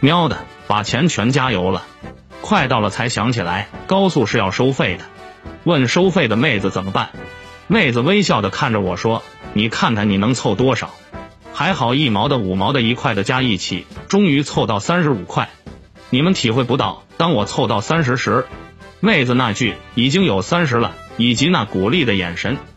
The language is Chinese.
喵的，把钱全加油了。快到了才想起来，高速是要收费的。问收费的妹子怎么办？妹子微笑的看着我说，你看看你能凑多少。还好1毛的5毛的1块的加一起，终于凑到35块。你们体会不到，当我凑到30时，妹子那句已经有30了，以及那鼓励的眼神，